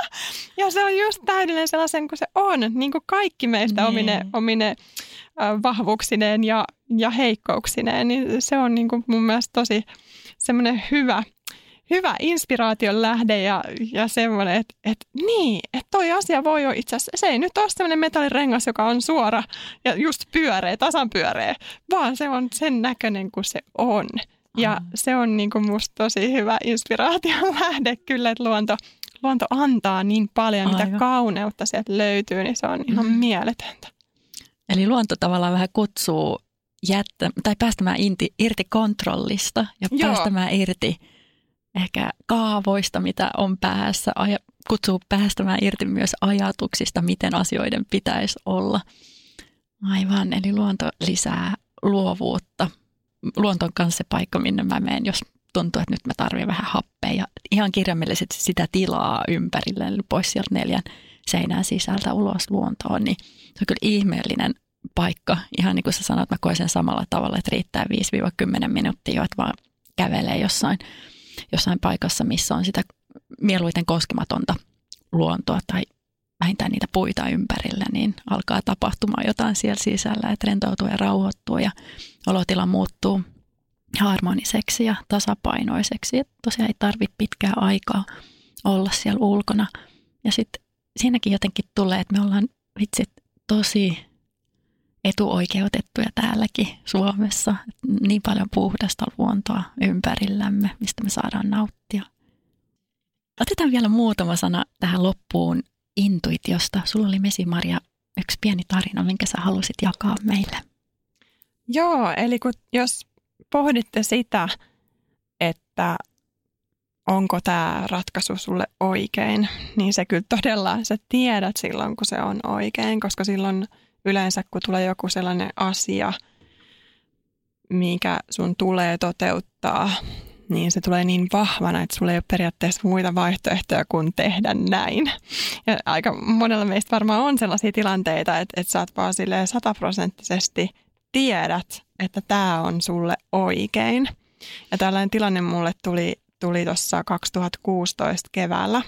Ja se on just täydellinen sellaisen kuin se on, niin kuin kaikki meistä omine vahvuuksineen ja heikkouksineen. Niin se on niin kuin mun mielestä tosi semmoinen hyvä inspiraation lähde ja semmoinen, että toi asia voi olla itse asiassa, se ei nyt ole semmoinen metallirengas, joka on suora ja just pyöreä, tasan pyöreä, vaan se on sen näköinen kuin se on. Ja se on niin kuin musta tosi hyvä inspiraation lähde kyllä, että luonto antaa niin paljon, mitä kauneutta sieltä löytyy, niin se on ihan mieletöntä. Eli luonto tavallaan vähän kutsuu päästämään irti kontrollista ja päästämään irti ehkä kaavoista, mitä on päässä, kutsuu päästämään irti myös ajatuksista, miten asioiden pitäisi olla. Aivan, eli luonto lisää luovuutta. Luonto on kanssa se paikka, minne mä menen, jos tuntuu, että nyt mä tarvitsen vähän happea. Ja ihan kirjaimellisesti sitä tilaa ympärille, eli pois sieltä 4 seinän sisältä ulos luontoon, niin se on kyllä ihmeellinen paikka. Ihan niin kuin sä sanoit, mä koen sen samalla tavalla, että riittää 5-10 minuuttia, että vaan kävelee jossain paikassa, missä on sitä mieluiten koskematonta luontoa tai vähintään niitä puita ympärillä, niin alkaa tapahtumaan jotain siellä sisällä, että rentoutuu ja rauhoittuu ja olotila muuttuu harmoniseksi ja tasapainoiseksi. Että tosiaan ei tarvitse pitkää aikaa olla siellä ulkona. Ja sitten siinäkin jotenkin tulee, että me ollaan tosi etuoikeutettuja täälläkin Suomessa. Niin paljon puhdasta luontoa ympärillämme, mistä me saadaan nauttia. Otetaan vielä muutama sana tähän loppuun intuitiosta. Sulla oli Mesi-Maria yksi pieni tarina, minkä sä halusit jakaa meille. Joo, eli jos pohditte sitä, että onko tämä ratkaisu sulle oikein, niin se kyllä todella, sä tiedät silloin, kun se on oikein, koska silloin yleensä, kun tulee joku sellainen asia, mikä sun tulee toteuttaa, niin se tulee niin vahvana, että sulla ei ole periaatteessa muita vaihtoehtoja kuin tehdä näin. Ja aika monella meistä varmaan on sellaisia tilanteita, että sä oot vaan silleen 100% tiedät, että tämä on sulle oikein. Ja tällainen tilanne mulle tuli tuossa 2016 keväällä,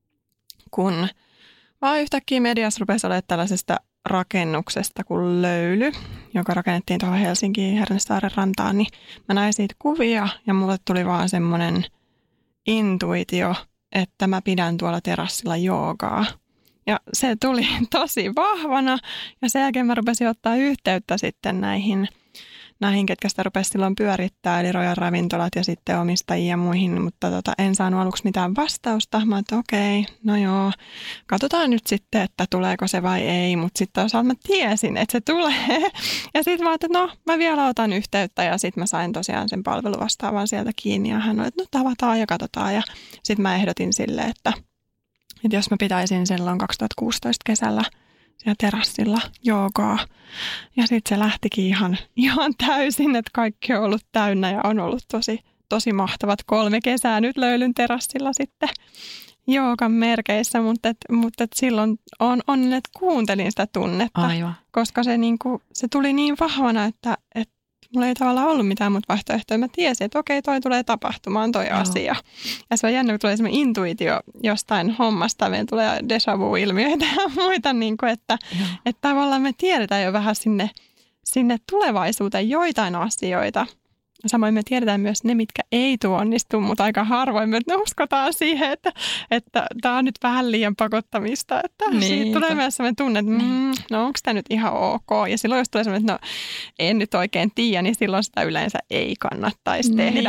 kun vaan yhtäkkiä mediassa rupesi olemaan tällaisesta rakennuksesta kuin Löyly, joka rakennettiin tuohon Helsinkiin Hernesaaren rantaan, niin mä näin siitä kuvia ja mulle tuli vaan semmoinen intuitio, että mä pidän tuolla terassilla joogaa. Ja se tuli tosi vahvana ja sen jälkeen mä rupesin ottaa yhteyttä sitten näihin, ketkä sitä rupesi silloin pyörittää, eli Royal Ravintolat ja sitten omistajia ja muihin, mutta en saanut aluksi mitään vastausta. Mä että okei, no joo, katsotaan nyt sitten, että tuleeko se vai ei, mutta sitten toisaalta mä tiesin, että se tulee. Ja sitten mä ajattelin, että no mä vielä otan yhteyttä ja sitten mä sain tosiaan sen palveluvastaavan sieltä kiinni ja hän oli, että no tavataan ja katsotaan ja sitten mä ehdotin sille, että jos mä pitäisin silloin 2016 kesällä siellä terassilla joogaa. Ja sitten se lähtikin ihan täysin, että kaikki on ollut täynnä ja on ollut tosi mahtavat 3 kesää nyt Löylyn terassilla sitten joogan merkeissä, mutta silloin on onnellinen, että kuuntelin sitä tunnetta. Aivan. Koska se tuli niin vahvana, että mulla ei tavallaan ollut mitään muuta vaihtoehtoja. Mä tiesin, että okei, toi tulee tapahtumaan toi asia. Ja se on jännä, kun tulee semmoinen intuitio jostain hommasta. Meillä tulee déjà vu-ilmiöitä ja muita, että tavallaan me tiedetään jo vähän sinne tulevaisuuteen joitain asioita. Samoin me tiedetään myös ne, mitkä ei tule onnistu, mutta aika harvoin me uskotaan siihen, että tämä on nyt vähän liian pakottamista. Että siitä tulee myös sellainen tunne, että no onko tämä nyt ihan ok. Ja silloin jos tulee sellainen, että no en nyt oikein tiedä, niin silloin sitä yleensä ei kannattaisi tehdä,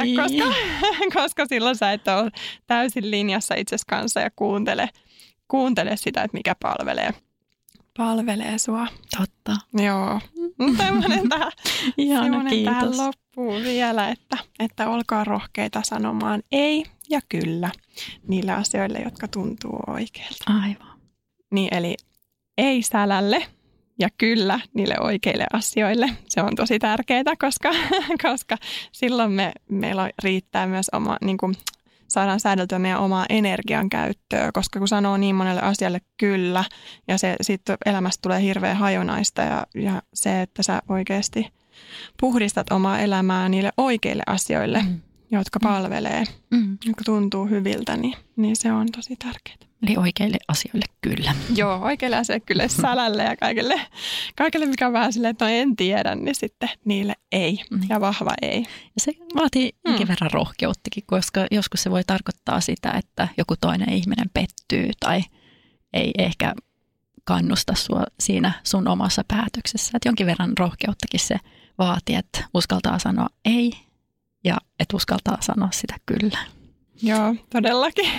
koska silloin sä et ole täysin linjassa itsesi kanssa ja kuuntele sitä, että mikä palvelee sua. Totta. Joo, semmoinen tähän loppuun vielä, että olkaa rohkeita sanomaan ei ja kyllä niille asioille, jotka tuntuu oikeilta. Aivan. Niin, eli ei sälälle ja kyllä niille oikeille asioille. Se on tosi tärkeää, koska silloin meillä riittää myös oma, saadaan säädeltyä meidän omaa energian käyttöä, koska kun sanoo niin monelle asialle kyllä ja se sitten elämästä tulee hirveän hajonaista ja se, että sä oikeasti puhdistat omaa elämää niille oikeille asioille, jotka palvelee, jotka tuntuu hyviltä, niin se on tosi tärkeää. Eli oikeille asioille kyllä. Joo, oikeille asioille kyllä sälälle ja kaikille mikä on vähän silleen, että no en tiedä, niin sitten niille ei ja vahva ei. Ja se vaatii jonkin verran rohkeuttakin, koska joskus se voi tarkoittaa sitä, että joku toinen ihminen pettyy tai ei ehkä kannusta sua siinä sun omassa päätöksessä. Että jonkin verran rohkeuttakin se vaatii, että uskaltaa sanoa ei ja että uskaltaa sanoa sitä kyllä. Joo, todellakin.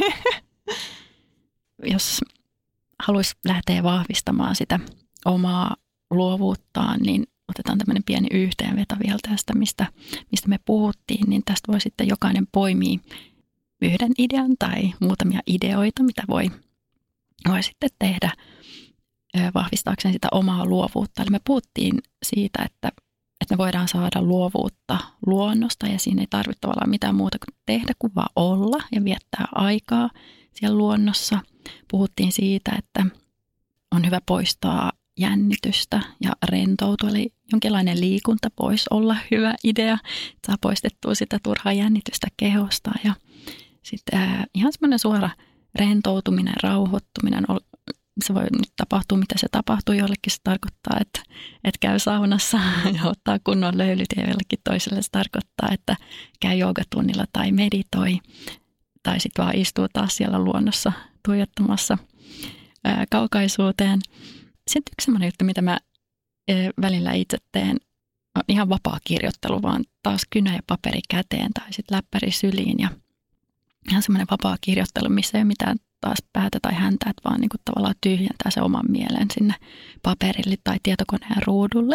Jos haluaisi lähteä vahvistamaan sitä omaa luovuuttaan, niin otetaan tämmöinen pieni yhteenveto vielä tästä, mistä me puhuttiin, niin tästä voi sitten jokainen poimia yhden idean tai muutamia ideoita, mitä voi voi sitten tehdä vahvistaakseen sitä omaa luovuutta. Eli me puhuttiin siitä, että me voidaan saada luovuutta luonnosta ja siinä ei tarvitse tavallaan mitään muuta kuin tehdä kuin vaan olla ja viettää aikaa siellä luonnossa. Puhuttiin siitä, että on hyvä poistaa jännitystä ja rentoutua, eli jonkinlainen liikunta voisi olla hyvä idea. Saa poistettua sitä turhaa jännitystä kehosta ja sitten ihan semmoinen suora rentoutuminen, rauhoittuminen. Se voi nyt tapahtua, mitä se tapahtuu. Jollekin se tarkoittaa, että käy saunassa ja ottaa kunnon löylyt ja jollekin toiselle se tarkoittaa, että käy joogatunnilla tai meditoi tai sitten vaan istuu taas siellä luonnossa tuijottamassa kaukaisuuteen. Sitten yksi sellainen juttu, mitä mä välillä itse teen, on ihan vapaa kirjoittelu, vaan taas kynä ja paperi käteen tai sitten läppäri syliin ja ihan semmoinen vapaa kirjoittelu, missä ei ole mitään taas päätä tai häntä, että vaan niin kuin tavallaan tyhjentää se oman mielen sinne paperille tai tietokoneen ruudulle.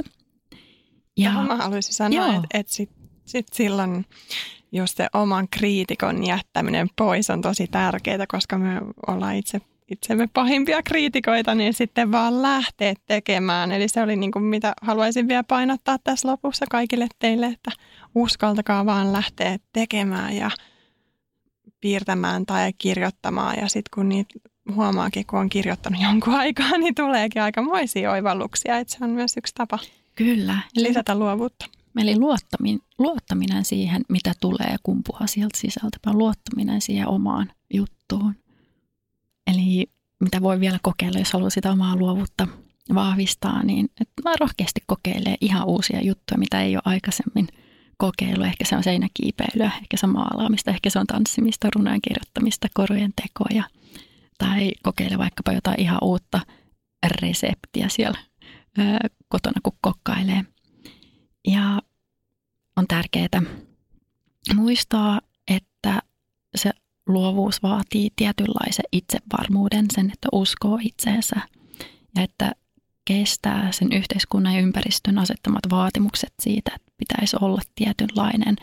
Ja mä haluaisin sanoa, että sit silloin just se oman kriitikon jättäminen pois on tosi tärkeää, koska me ollaan itsemme pahimpia kriitikoita, niin sitten vaan lähteä tekemään. Eli se oli niin kuin mitä haluaisin vielä painottaa tässä lopussa kaikille teille, että uskaltakaa vaan lähteä tekemään ja piirtämään tai kirjoittamaan. Ja sitten kun niitä huomaakin, kun on kirjoittanut jonkun aikaa, niin tuleekin aikamoisia oivalluksia. Että se on myös yksi tapa lisätä luovuutta. Eli luottaminen siihen, mitä tulee kumpuaa sieltä sisältä, vaan luottaminen siihen omaan juttuun. Eli mitä voi vielä kokeilla, jos haluaa sitä omaa luovuutta vahvistaa, niin että mä rohkeasti kokeilee ihan uusia juttuja, mitä ei ole aikaisemmin kokeillut. Ehkä se on seinäkiipeilyä, ehkä se on maalaamista, ehkä se on tanssimista, runojen kirjoittamista, korujen tekoja. Tai kokeile vaikkapa jotain ihan uutta reseptiä siellä kotona, kun kokkailee. Ja on tärkeää muistaa, että se luovuus vaatii tietynlaisen itsevarmuuden, sen, että uskoo itseensä ja että kestää sen yhteiskunnan ja ympäristön asettamat vaatimukset siitä, että pitäisi olla tietynlainen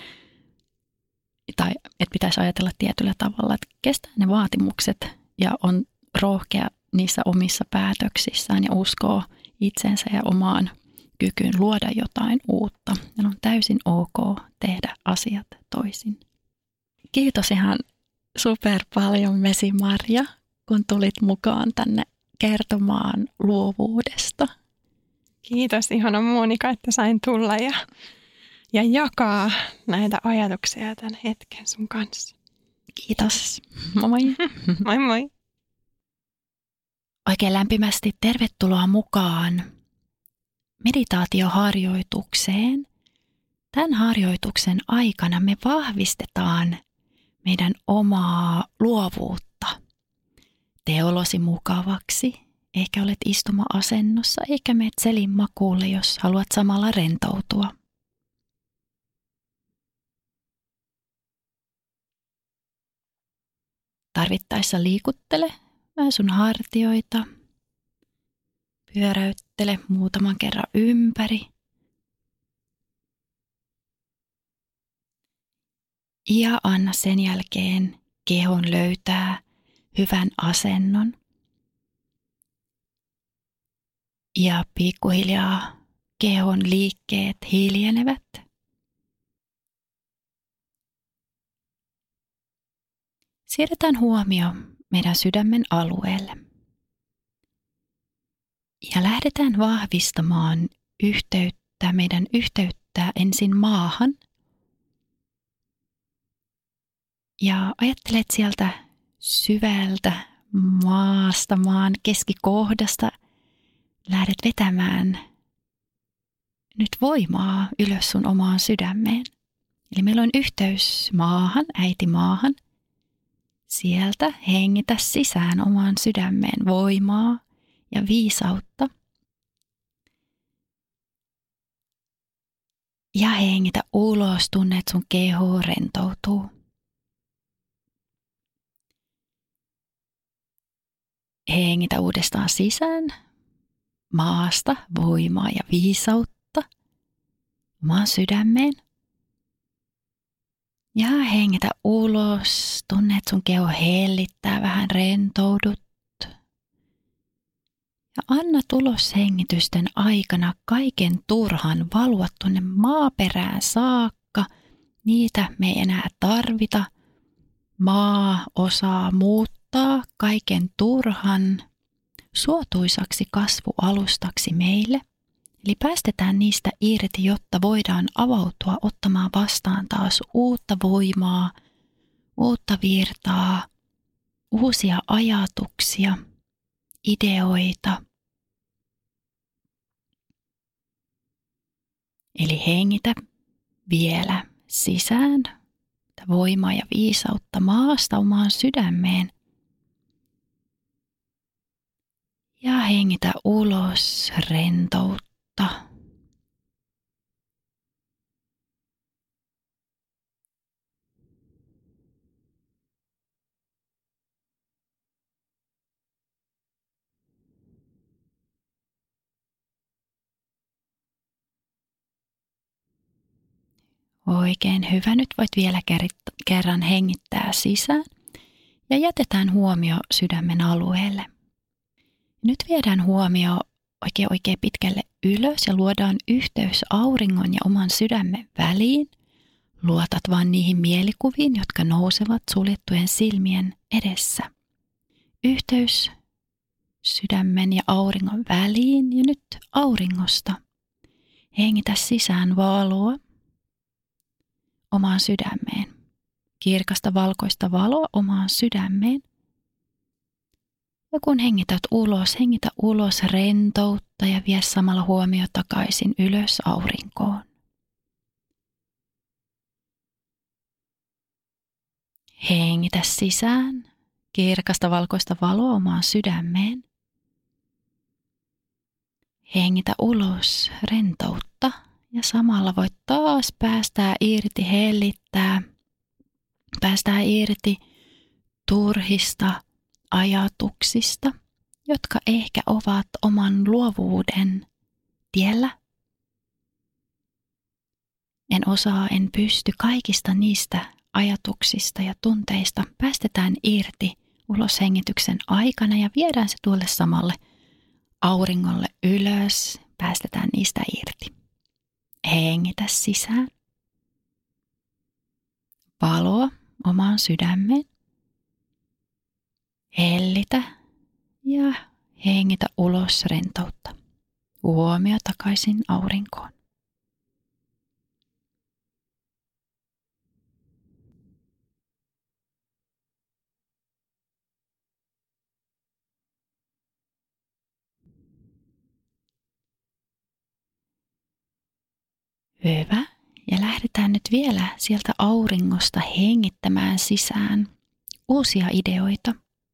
tai että pitäisi ajatella tietyllä tavalla, että kestää ne vaatimukset ja on rohkea niissä omissa päätöksissään ja uskoo itsensä ja omaan kykyyn luoda jotain uutta. Ja on täysin ok tehdä asiat toisin. Kiitos ihan super paljon Mesi-Marja, kun tulit mukaan tänne kertomaan luovuudesta. Kiitos ihana Monika, että sain tulla ja jakaa näitä ajatuksia tämän hetken sun kanssa. Kiitos. Moi. Moi moi. Oikein lämpimästi tervetuloa mukaan meditaatioharjoitukseen. Tämän harjoituksen aikana me vahvistetaan meidän omaa luovuutta. Tee olosi mukavaksi. Ehkä olet istuma-asennossa, eikä meet selin makuulle, jos haluat samalla rentoutua. Tarvittaessa liikuttele vähän sun hartioita. Pyöräyttele muutaman kerran ympäri. Ja anna sen jälkeen kehon löytää hyvän asennon. Ja pikkuhiljaa kehon liikkeet hiljenevät. Siirretään huomio meidän sydämen alueelle. Ja lähdetään vahvistamaan meidän yhteyttä ensin maahan. Ja ajattelet sieltä syvältä maasta, maan keskikohdasta, lähdet vetämään nyt voimaa ylös sun omaan sydämeen. Eli meillä on yhteys maahan, äiti maahan. Sieltä hengitä sisään omaan sydämeen voimaa ja viisautta. Ja hengitä ulos, tunne, että sun keho rentoutuu. Hengitä uudestaan sisään, maasta, voimaa ja viisautta omaan sydämeen. Ja hengitä ulos, tunne, että sun keho hellittää, vähän rentoudut. anna uloshengitysten aikana kaiken turhan valua tuonne maaperään saakka. Niitä me ei enää tarvita. Maa osaa muuttaa kaiken turhan suotuisaksi kasvualustaksi meille. Eli päästetään niistä irti, jotta voidaan avautua ottamaan vastaan taas uutta voimaa, uutta virtaa, uusia ajatuksia, ideoita. Eli hengitä vielä sisään voimaa ja viisautta maasta omaan sydämeen. Ja hengitä ulos rentoutta. Oikein hyvä. Nyt voit vielä kerran hengittää sisään ja jätetään huomio sydämen alueelle. Nyt viedään huomio oikein pitkälle ylös ja luodaan yhteys auringon ja oman sydämen väliin. Luotat vaan niihin mielikuviin, jotka nousevat suljettujen silmien edessä. Yhteys sydämen ja auringon väliin ja nyt auringosta. Hengitä sisään valoa omaan sydämeen. Kirkasta valkoista valoa omaan sydämeen. Ja kun hengitä ulos rentoutta ja vie samalla huomio takaisin ylös aurinkoon. Hengitä sisään kirkasta valkoista valoa omaan sydämeen. Hengitä ulos rentoutta ja samalla voit taas päästää irti, hellittää, päästää irti turhista ajatuksista, jotka ehkä ovat oman luovuuden tiellä. En osaa, en pysty kaikista niistä ajatuksista ja tunteista. Päästetään irti uloshengityksen aikana ja viedään se tuolle samalle auringolle ylös. Päästetään niistä irti. Hengitä sisään. Valoa omaan sydämeen. Hellitä ja hengitä ulos rentoutta. Huomio takaisin aurinkoon. Hyvä. Ja lähdetään nyt vielä sieltä auringosta hengittämään sisään uusia ideoita,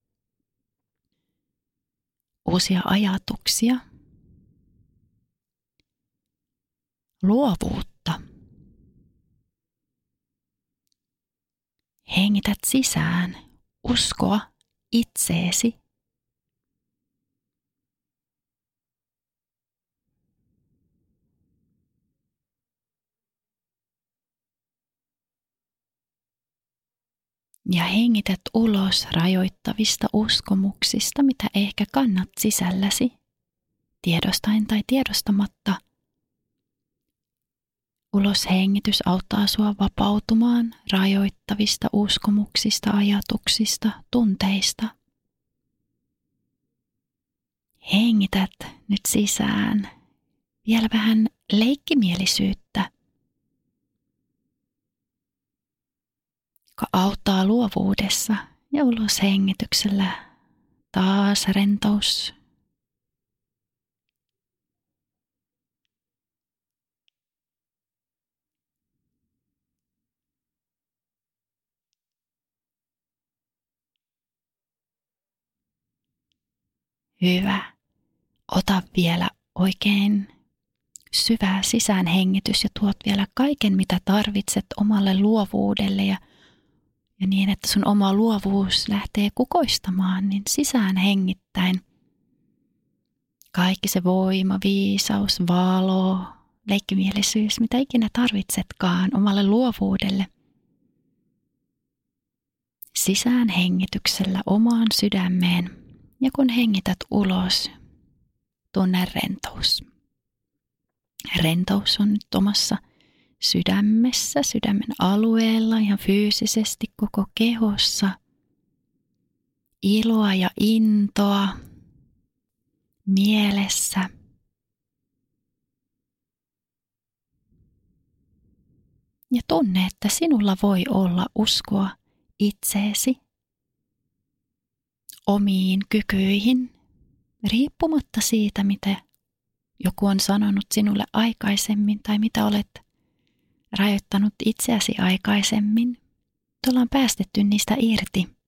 uusia ajatuksia, luovuutta. Hengität sisään uskoa itseesi. Ja hengität ulos rajoittavista uskomuksista, mitä ehkä kannat sisälläsi, tiedostaen tai tiedostamatta. Uloshengitys auttaa sua vapautumaan rajoittavista uskomuksista, ajatuksista, tunteista. Hengität nyt sisään vielä vähän leikkimielisyyttä, joka auttaa luovuudessa, ja uloshengityksellä taas rentous. Hyvä. Ota vielä oikein syvä sisäänhengitys ja tuot vielä kaiken, mitä tarvitset omalle luovuudelle ja niin, että sun oma luovuus lähtee kukoistamaan, niin sisään hengittäen kaikki se voima, viisaus, valo, leikkimielisyys, mitä ikinä tarvitsetkaan omalle luovuudelle. Sisään hengityksellä omaan sydämeen ja kun hengität ulos, tunne rentous. Rentous on nyt omassa sydämessä, sydämen alueella, ihan fyysisesti koko kehossa. Iloa ja intoa mielessä. Ja tunne, että sinulla voi olla uskoa itseesi, omiin kykyihin, riippumatta siitä, mitä joku on sanonut sinulle aikaisemmin tai mitä olet rajoittanut itseäsi aikaisemmin. Ollaan päästetty niistä irti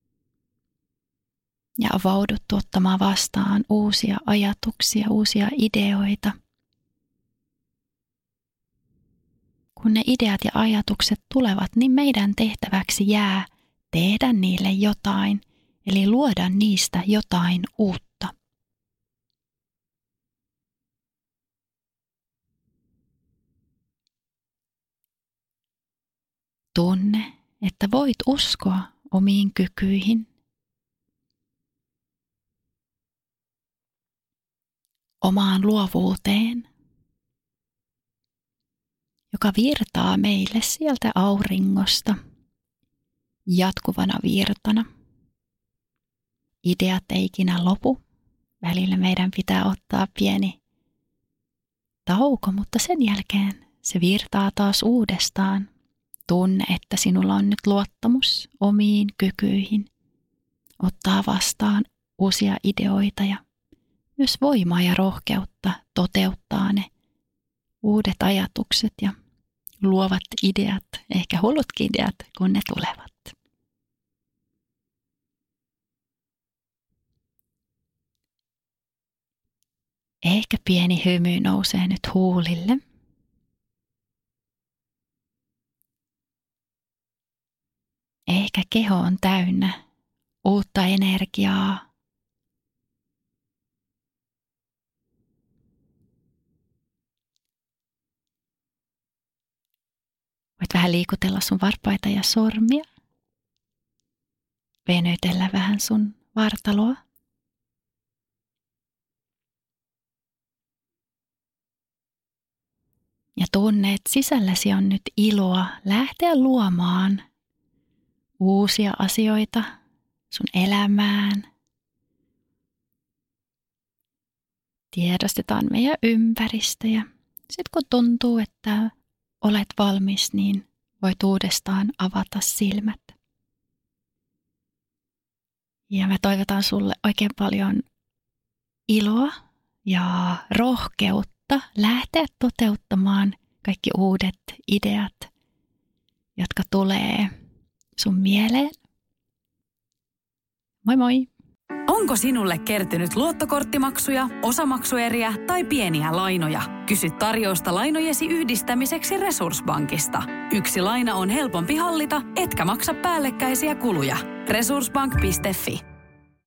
ja avauduttu ottamaan vastaan uusia ajatuksia, uusia ideoita. Kun ne ideat ja ajatukset tulevat, niin meidän tehtäväksi jää tehdä niille jotain, eli luoda niistä jotain uutta. Tunne, että voit uskoa omiin kykyihin, omaan luovuuteen, joka virtaa meille sieltä auringosta jatkuvana virtana. Ideat ei ikinä lopu. Välillä meidän pitää ottaa pieni tauko, mutta sen jälkeen se virtaa taas uudestaan. Tunne, että sinulla on nyt luottamus omiin kykyihin, ottaa vastaan uusia ideoita ja myös voimaa ja rohkeutta toteuttaa ne uudet ajatukset ja luovat ideat, ehkä hullutkin ideat, kun ne tulevat. Ehkä pieni hymy nousee nyt huulille. Ehkä keho on täynnä uutta energiaa. Voit vähän liikutella sun varpaita ja sormia. Venytellä vähän sun vartaloa. Ja tunne, että sisälläsi on nyt iloa lähteä luomaan uusia asioita sun elämään. Tiedostetaan meidän ympäristö ja sitten kun tuntuu, että olet valmis, niin voit uudestaan avata silmät. Ja mä toivotan sulle oikein paljon iloa ja rohkeutta lähteä toteuttamaan kaikki uudet ideat, jotka tulee sun mieleen. Moi moi! Onko sinulle kertynyt luottokorttimaksuja, osamaksueriä tai pieniä lainoja? Kysy tarjousta lainojesi yhdistämiseksi Resurssbankista. Yksi laina on helpompi hallita, etkä maksa päällekkäisiä kuluja. Resurssbank.fi